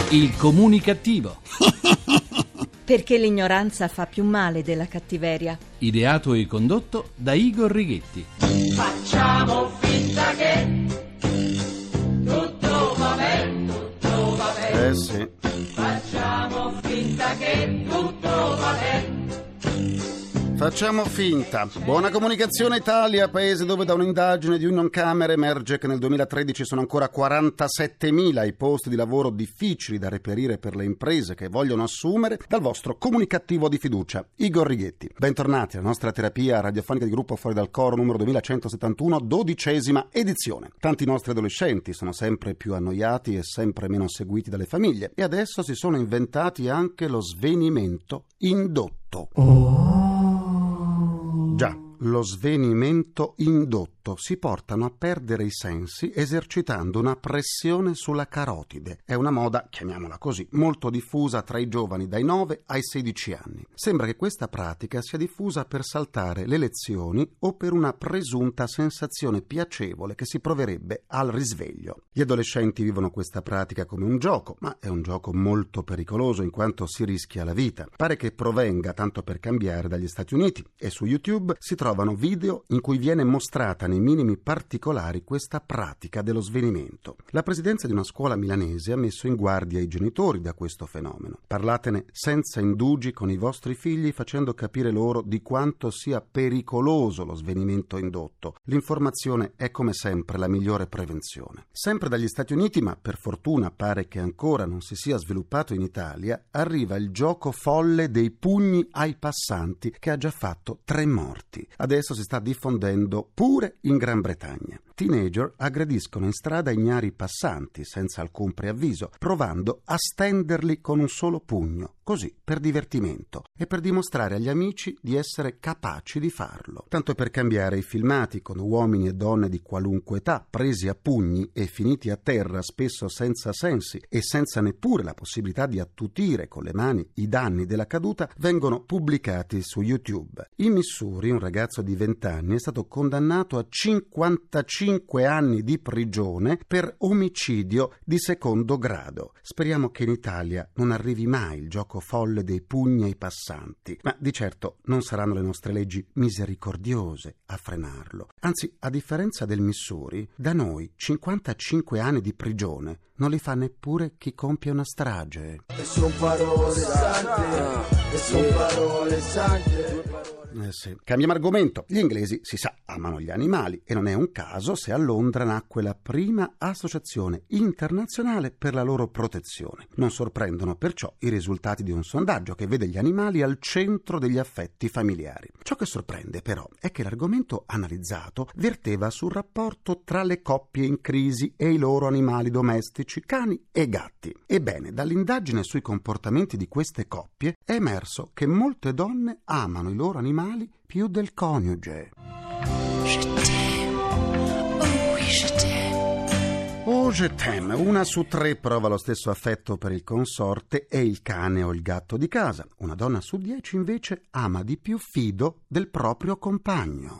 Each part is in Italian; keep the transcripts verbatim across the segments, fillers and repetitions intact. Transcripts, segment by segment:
Il comunicativo. Perché l'ignoranza fa più male della cattiveria. Ideato e condotto da Igor Righetti. Facciamo finta che tutto va bene, tutto va bene. Eh sì. Facciamo finta che tutto va bene. Facciamo finta. Buona Comunicazione Italia, paese dove da un'indagine di Union Camera emerge che nel duemilatredici sono ancora quarantasettemila i posti di lavoro difficili da reperire per le imprese che vogliono assumere, dal vostro comunicativo di fiducia, Igor Righetti. Bentornati alla nostra terapia radiofonica di gruppo Fuori dal Coro numero duemilacentosettantuno, dodicesima edizione. Tanti nostri adolescenti sono sempre più annoiati e sempre meno seguiti dalle famiglie e adesso si sono inventati anche lo svenimento indotto. Già, lo svenimento indotto. Si portano a perdere i sensi esercitando una pressione sulla carotide. È una moda, chiamiamola così, molto diffusa tra i giovani dai nove ai sedici anni. Sembra che questa pratica sia diffusa per saltare le lezioni o per una presunta sensazione piacevole che si proverebbe al risveglio. Gli adolescenti vivono questa pratica come un gioco, ma è un gioco molto pericoloso in quanto si rischia la vita. Pare che provenga, tanto per cambiare, dagli Stati Uniti e su YouTube si trovano video in cui viene mostrata nei minimi particolari questa pratica dello svenimento. La presidenza di una scuola milanese ha messo in guardia i genitori da questo fenomeno. Parlatene senza indugi con i vostri figli, facendo capire loro di quanto sia pericoloso lo svenimento indotto. L'informazione è come sempre la migliore prevenzione. Sempre dagli Stati Uniti, ma per fortuna pare che ancora non si sia sviluppato in Italia, arriva il gioco folle dei pugni ai passanti che ha già fatto tre morti. Adesso si sta diffondendo pure in Gran Bretagna. Teenager aggrediscono in strada ignari passanti senza alcun preavviso, provando a stenderli con un solo pugno, così per divertimento e per dimostrare agli amici di essere capaci di farlo. Tanto per cambiare, i filmati con uomini e donne di qualunque età presi a pugni e finiti a terra, spesso senza sensi e senza neppure la possibilità di attutire con le mani i danni della caduta, vengono pubblicati su YouTube. In Missouri un ragazzo di venti anni è stato condannato a cinquantacinque anni di prigione per omicidio di secondo grado. Speriamo che in Italia non arrivi mai il gioco folle dei pugni ai passanti, ma di certo non saranno le nostre leggi misericordiose a frenarlo. Anzi, a differenza del Missouri, da noi cinquantacinque anni di prigione non li fa neppure chi compie una strage. E son parole sante, e son parole sante. Eh sì. Cambiamo argomento. Gli inglesi, si sa, amano gli animali e non è un caso se a Londra nacque la prima associazione internazionale per la loro protezione. Non sorprendono perciò i risultati di un sondaggio che vede gli animali al centro degli affetti familiari. Ciò che sorprende però è che l'argomento analizzato verteva sul rapporto tra le coppie in crisi e i loro animali domestici, cani e gatti. Ebbene, dall'indagine sui comportamenti di queste coppie è emerso che molte donne amano i loro animali più del coniuge. Oh, je t'aime. Una su tre prova lo stesso affetto per il consorte e il cane o il gatto di casa. Una donna su dieci invece ama di più Fido del proprio compagno.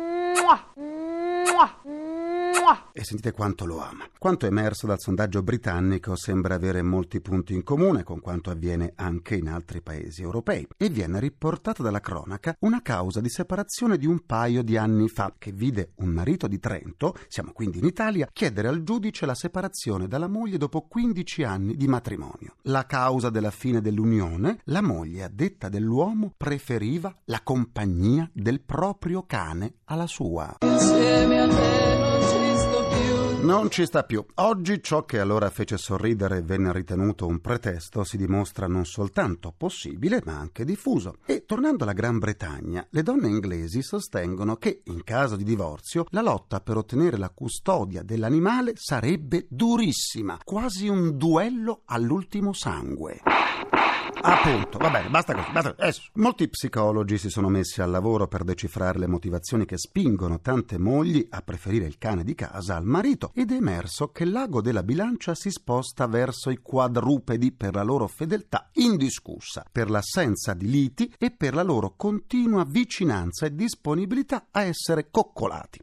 E sentite quanto lo ama. Quanto emerso dal sondaggio britannico sembra avere molti punti in comune con quanto avviene anche in altri paesi europei e viene riportata dalla cronaca una causa di separazione di un paio di anni fa che vide un marito di Trento, siamo quindi in Italia, chiedere al giudice la separazione dalla moglie dopo quindici anni di matrimonio. La causa della fine dell'unione: la moglie, a detta dell'uomo, preferiva la compagnia del proprio cane alla sua. Insieme a te non ci sto più. Non ci sta più. Oggi ciò che allora fece sorridere e venne ritenuto un pretesto si dimostra non soltanto possibile ma anche diffuso. E tornando alla Gran Bretagna, le donne inglesi sostengono che in caso di divorzio la lotta per ottenere la custodia dell'animale sarebbe durissima, quasi un duello all'ultimo sangue. Appunto, va bene, basta così, basta adesso. Molti psicologi si sono messi al lavoro per decifrare le motivazioni che spingono tante mogli a preferire il cane di casa al marito ed è emerso che l'ago della bilancia si sposta verso i quadrupedi per la loro fedeltà indiscussa, per l'assenza di liti e per la loro continua vicinanza e disponibilità a essere coccolati.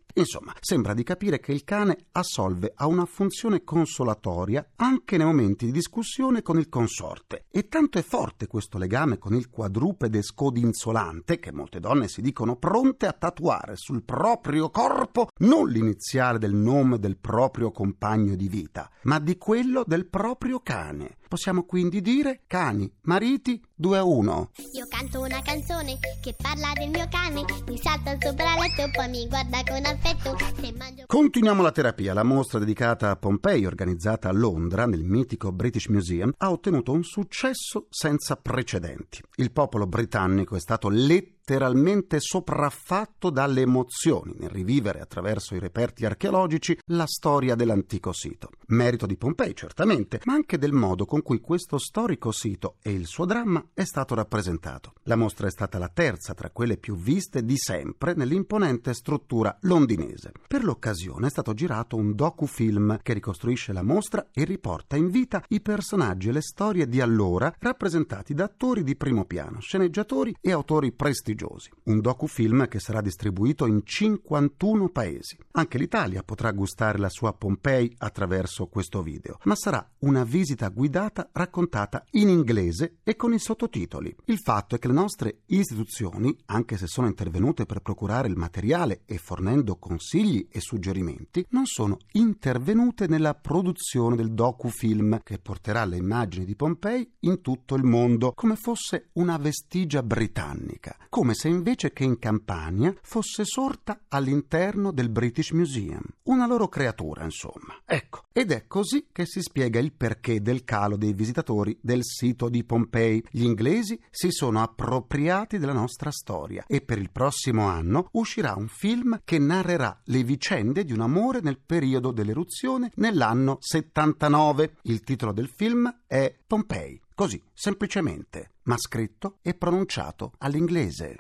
Insomma, sembra di capire che il cane assolve a una funzione consolatoria anche nei momenti di discussione con il consorte. E tanto è forte questo legame con il quadrupede scodinzolante che molte donne si dicono pronte a tatuare sul proprio corpo non l'iniziale del nome del proprio compagno di vita, ma di quello del proprio cane. Possiamo quindi dire cani, mariti, due a uno. Io canto una canzone che parla del mio cane, mi salta sopra il letto, poi mi guarda con affetto. Se mangio... Continuiamo la terapia. La mostra dedicata a Pompei, organizzata a Londra nel mitico British Museum, ha ottenuto un successo senza precedenti. Il popolo britannico è stato letteralmente letteralmente sopraffatto dalle emozioni nel rivivere attraverso i reperti archeologici la storia dell'antico sito. Merito di Pompei certamente, ma anche del modo con cui questo storico sito e il suo dramma è stato rappresentato. La mostra è stata la terza tra quelle più viste di sempre nell'imponente struttura londinese. Per l'occasione è stato girato un docufilm che ricostruisce la mostra e riporta in vita i personaggi e le storie di allora rappresentati da attori di primo piano, sceneggiatori e autori prestigiosi. Un docufilm che sarà distribuito in cinquantuno paesi. Anche l'Italia potrà gustare la sua Pompei attraverso questo video, ma sarà una visita guidata raccontata in inglese e con i sottotitoli. Il fatto è che le nostre istituzioni, anche se sono intervenute per procurare il materiale e fornendo consigli e suggerimenti, non sono intervenute nella produzione del docufilm che porterà le immagini di Pompei in tutto il mondo, come fosse una vestigia britannica, come se invece che in Campania fosse sorta all'interno del British Museum. Una loro creatura, insomma. Ecco, ed è così che si spiega il perché del calo dei visitatori del sito di Pompei. Gli inglesi si sono appropriati della nostra storia e per il prossimo anno uscirà un film che narrerà le vicende di un amore nel periodo dell'eruzione nell'anno settantanove. Il titolo del film è Pompei. Così, semplicemente, ma scritto e pronunciato all'inglese.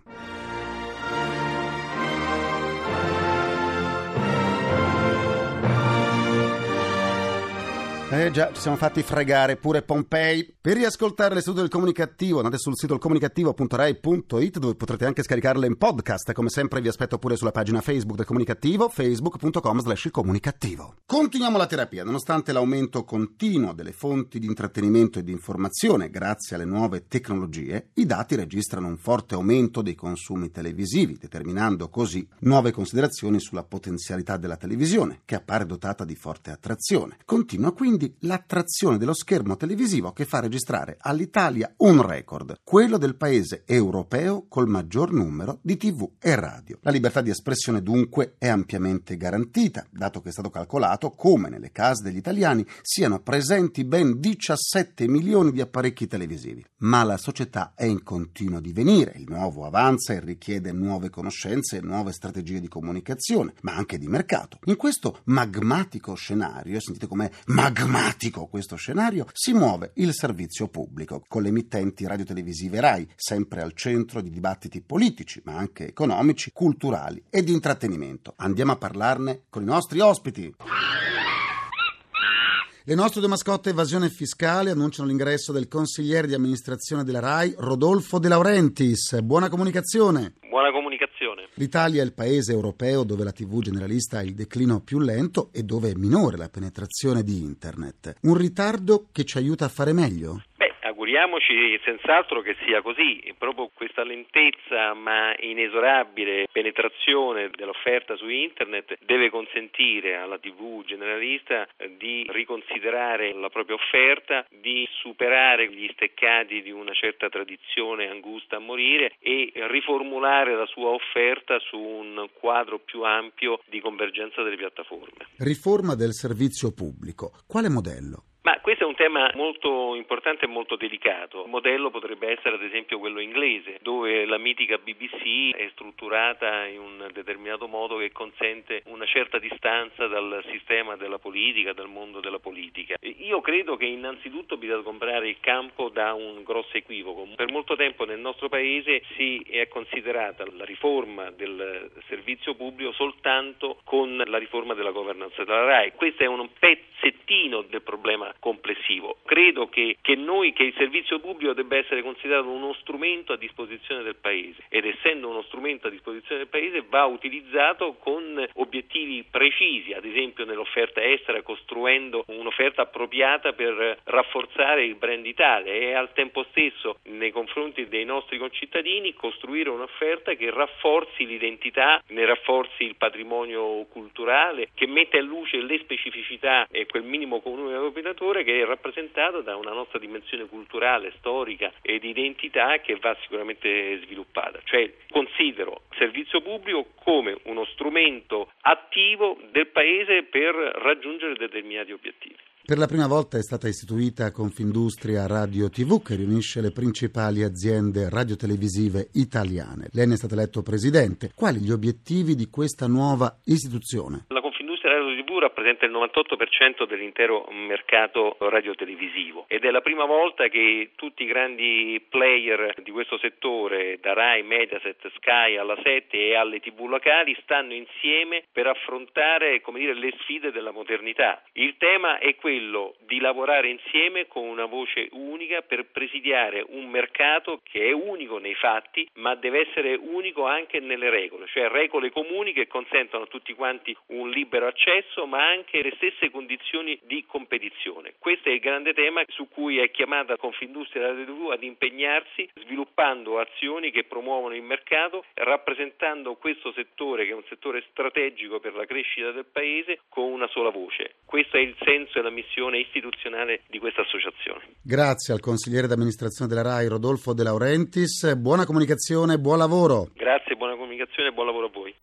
Eh già, ci siamo fatti fregare pure Pompei. Per riascoltare le sedute del Comunicativo andate sul sito ilcomunicativo punto rai punto it, dove potrete anche scaricarle in podcast. Come sempre vi aspetto pure sulla pagina Facebook del Comunicativo, facebook punto com slash il comunicativo. Continuiamo la terapia. Nonostante l'aumento continuo delle fonti di intrattenimento e di informazione grazie alle nuove tecnologie, i dati registrano un forte aumento dei consumi televisivi, determinando così nuove considerazioni sulla potenzialità della televisione, che appare dotata di forte attrazione. Continua quindi l'attrazione dello schermo televisivo che fa registrare all'Italia un record, quello del paese europeo col maggior numero di tivù e radio. La libertà di espressione dunque è ampiamente garantita, dato che è stato calcolato come nelle case degli italiani siano presenti ben diciassette milioni di apparecchi televisivi. Ma la società è in continuo divenire, il nuovo avanza e richiede nuove conoscenze e nuove strategie di comunicazione, ma anche di mercato. In questo magmatico scenario, sentite com'è magmatico questo scenario, si muove il servizio pubblico, con le emittenti radiotelevisive RAI, sempre al centro di dibattiti politici, ma anche economici, culturali e di intrattenimento. Andiamo a parlarne con i nostri ospiti. Le nostre due mascotte Evasione Fiscale annunciano l'ingresso del consigliere di amministrazione della RAI, Rodolfo De Laurentiis. Buona comunicazione. Buona comunicazione. L'Italia è il paese europeo dove la tivù generalista ha il declino più lento e dove è minore la penetrazione di internet. Un ritardo che ci aiuta a fare meglio? Auguriamoci senz'altro che sia così, proprio questa lentezza ma inesorabile penetrazione dell'offerta su internet deve consentire alla tivù generalista di riconsiderare la propria offerta, di superare gli steccati di una certa tradizione angusta a morire e riformulare la sua offerta su un quadro più ampio di convergenza delle piattaforme. Riforma del servizio pubblico. Quale modello? Ma questo è un tema molto importante e molto delicato. Il modello potrebbe essere ad esempio quello inglese, dove la mitica B B C è strutturata in un determinato modo che consente una certa distanza dal sistema della politica, dal mondo della politica. Io credo che innanzitutto bisogna comprare il campo da un grosso equivoco. Per molto tempo nel nostro paese si è considerata la riforma del servizio pubblico soltanto con la riforma della governance della RAI. Questo è un pezzettino del problema complessivo. complessivo. Credo che, che noi, che il servizio pubblico debba essere considerato uno strumento a disposizione del Paese, ed essendo uno strumento a disposizione del Paese va utilizzato con obiettivi precisi, ad esempio nell'offerta estera, costruendo un'offerta appropriata per rafforzare il brand Italia e al tempo stesso nei confronti dei nostri concittadini costruire un'offerta che rafforzi l'identità, ne rafforzi il patrimonio culturale, che mette a luce le specificità e quel minimo comune denominatore che è rappresentato da una nostra dimensione culturale, storica e di identità che va sicuramente sviluppata. Cioè considero il servizio pubblico come uno strumento attivo del Paese per raggiungere determinati obiettivi. Per la prima volta è stata istituita Confindustria Radio tivù, che riunisce le principali aziende radiotelevisive italiane. Lei ne è stato eletto presidente. Quali gli obiettivi di questa nuova istituzione? La Confindustria Radio tivù rappresenta il novantotto per cento dell'intero mercato radiotelevisivo ed è la prima volta che tutti i grandi player di questo settore, da Rai, Mediaset, Sky alla sette e alle tivù locali, stanno insieme per affrontare, come dire, le sfide della modernità. Il tema è quello di lavorare insieme con una voce unica per presidiare un mercato che è unico nei fatti, ma deve essere unico anche nelle regole, cioè regole comuni che consentono a tutti quanti un libero accesso, ma anche le stesse condizioni di competizione. Questo è il grande tema su cui è chiamata Confindustria Radio tivù ad impegnarsi, sviluppando azioni che promuovono il mercato, rappresentando questo settore che è un settore strategico per la crescita del Paese con una sola voce. Questo è il senso e la missione istituzionale di questa associazione. Grazie al consigliere d'amministrazione della Rai Rodolfo De Laurentiis, buona comunicazione, buon lavoro. Grazie, buona comunicazione e buon lavoro a voi.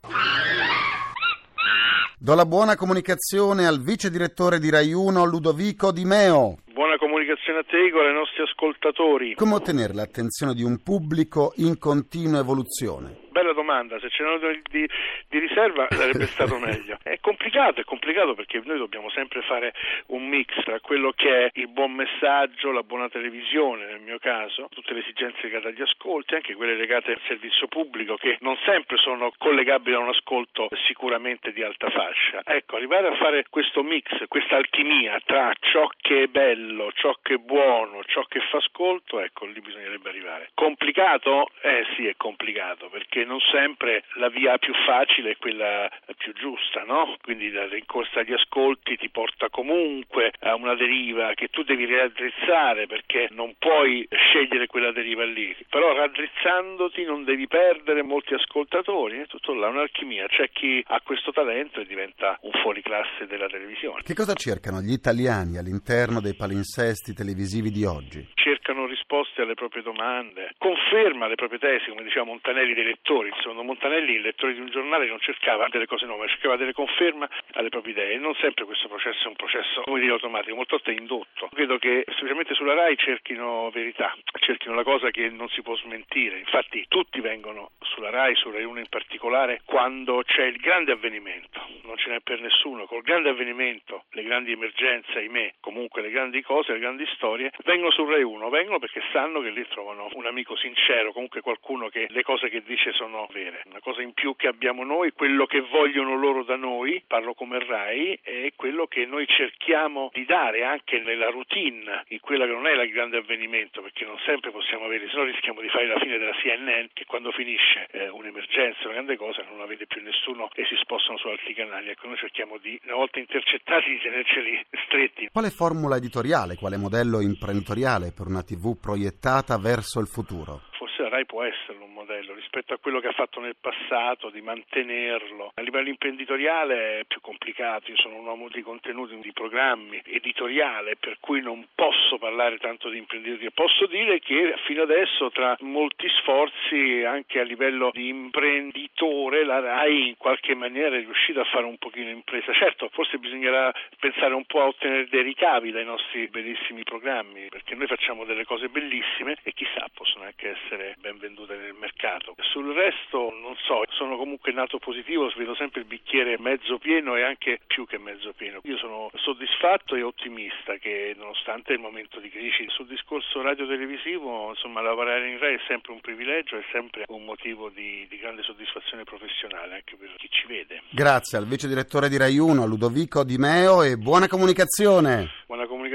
Do la buona comunicazione al vice direttore di Rai uno Ludovico Di Meo. Buona comunicazione a te, Igor, e ai nostri ascoltatori. Come ottenere l'attenzione di un pubblico in continua evoluzione? Bella domanda, se c'erano di, di riserva sarebbe stato meglio. È complicato, è complicato perché noi dobbiamo sempre fare un mix tra quello che è il buon messaggio, la buona televisione nel mio caso, tutte le esigenze legate agli ascolti, anche quelle legate al servizio pubblico che non sempre sono collegabili a un ascolto sicuramente di alta fascia. Ecco, arrivare a fare questo mix, questa alchimia tra ciò che è bello, ciò che è buono, ciò che fa ascolto, ecco, lì bisognerebbe arrivare. Complicato? Eh sì, è complicato, perché non sempre la via più facile è quella più giusta, no? Quindi la rincorsa agli ascolti ti porta comunque a una deriva che tu devi raddrizzare, perché non puoi scegliere quella deriva lì, però raddrizzandoti non devi perdere molti ascoltatori, è tutto là, un'alchimia. C'è chi ha questo talento e diventa un fuoriclasse della televisione. Che cosa cercano gli italiani all'interno dei palinsesti televisivi di oggi? Cercano risposte alle proprie domande, conferma le proprie tesi, come diceva Montanelli dei lettori. Secondo Montanelli il lettore di un giornale non cercava delle cose nuove, cercava delle conferme alle proprie idee, e non sempre questo processo è un processo, come dire, automatico, molte volte è indotto. Credo che specialmente sulla Rai cerchino verità, cerchino la cosa che non si può smentire. Infatti tutti vengono sulla Rai, su Rai uno in particolare, quando c'è il grande avvenimento, non ce n'è per nessuno. Col grande avvenimento, le grandi emergenze, ahimè, comunque le grandi cose, le grandi storie, vengono su Rai uno, vengono perché sanno che lì trovano un amico sincero, comunque qualcuno che le cose che dice sono vere. Una cosa in più che abbiamo noi, quello che vogliono loro da noi, parlo come Rai, è quello che noi cerchiamo di dare anche nella routine, in quella che non è il grande avvenimento, perché non sempre possiamo avere, se no rischiamo di fare la fine della C N N, che quando finisce eh, un'emergenza, una grande cosa, non la vede più nessuno e si spostano su altri canali. Ecco, noi cerchiamo di, una volta intercettati, di tenerceli stretti. Quale formula editoriale, quale modello imprenditoriale per una tivù proiettata verso il futuro? Forse la Rai può essere un modello rispetto a quello che ha fatto nel passato, di mantenerlo. A livello imprenditoriale è più complicato, io sono un uomo di contenuti, di programmi, editoriale, per cui non posso parlare tanto di imprenditoria. Posso dire che fino adesso, tra molti sforzi anche a livello di imprenditore, la Rai in qualche maniera è riuscita a fare un pochino impresa. Certo, forse bisognerà pensare un po' a ottenere dei ricavi dai nostri bellissimi programmi, perché noi facciamo delle cose bellissime e chissà, possono anche essere ben vendute nel mercato. Sul resto non so, sono comunque nato positivo, vedo sempre il bicchiere mezzo pieno e anche più che mezzo pieno. Io sono soddisfatto e ottimista che, nonostante il momento di crisi, sul discorso radio-televisivo, insomma, lavorare in Rai è sempre un privilegio, è sempre un motivo di, di grande soddisfazione professionale anche per chi ci vede. Grazie al vice direttore di Rai uno Ludovico Di Meo e buona comunicazione. Buona comunicazione.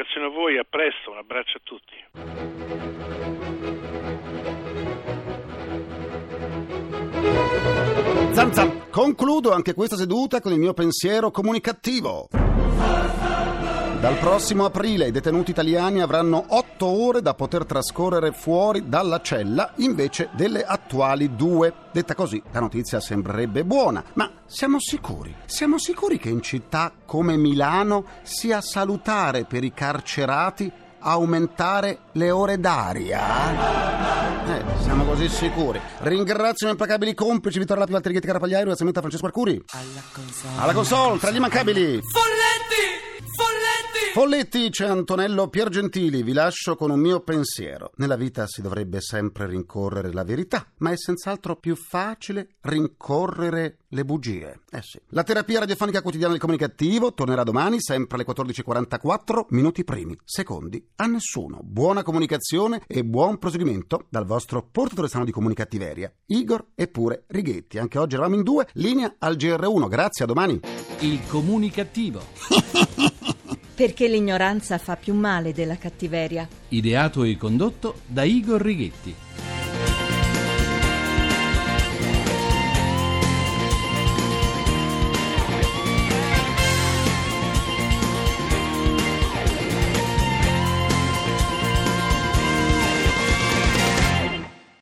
comunicazione a voi, a presto, un abbraccio a tutti. Zam zam. Concludo anche questa seduta con il mio pensiero comunicativo. Dal prossimo aprile i detenuti italiani avranno otto ore da poter trascorrere fuori dalla cella invece delle attuali due. Detta così, la notizia sembrerebbe buona, ma siamo sicuri? Siamo sicuri che in città come Milano sia salutare per i carcerati aumentare le ore d'aria? Eh, siamo così sicuri. Ringrazio i miei implacabili complici Vittorio Lapi, Valtteri Ghetti, Carapagliaio e Francesco Arcuri. Alla console. Alla console, tra gli immancabili Folletti! Folletti! Folletti, c'è Antonello Piergentili. Vi lascio con un mio pensiero. Nella vita si dovrebbe sempre rincorrere la verità, ma è senz'altro più facile rincorrere le bugie. Eh sì. La terapia radiofonica quotidiana del comunicativo tornerà domani, sempre alle quattordici e quarantaquattro, minuti primi, secondi a nessuno. Buona comunicazione e buon proseguimento dal vostro portatore sano di comunicattiveria, Igor e pure Righetti. Anche oggi eravamo in due, linea al G R uno. Grazie, a domani. Il comunicativo. Perché l'ignoranza fa più male della cattiveria. Ideato e condotto da Igor Righetti.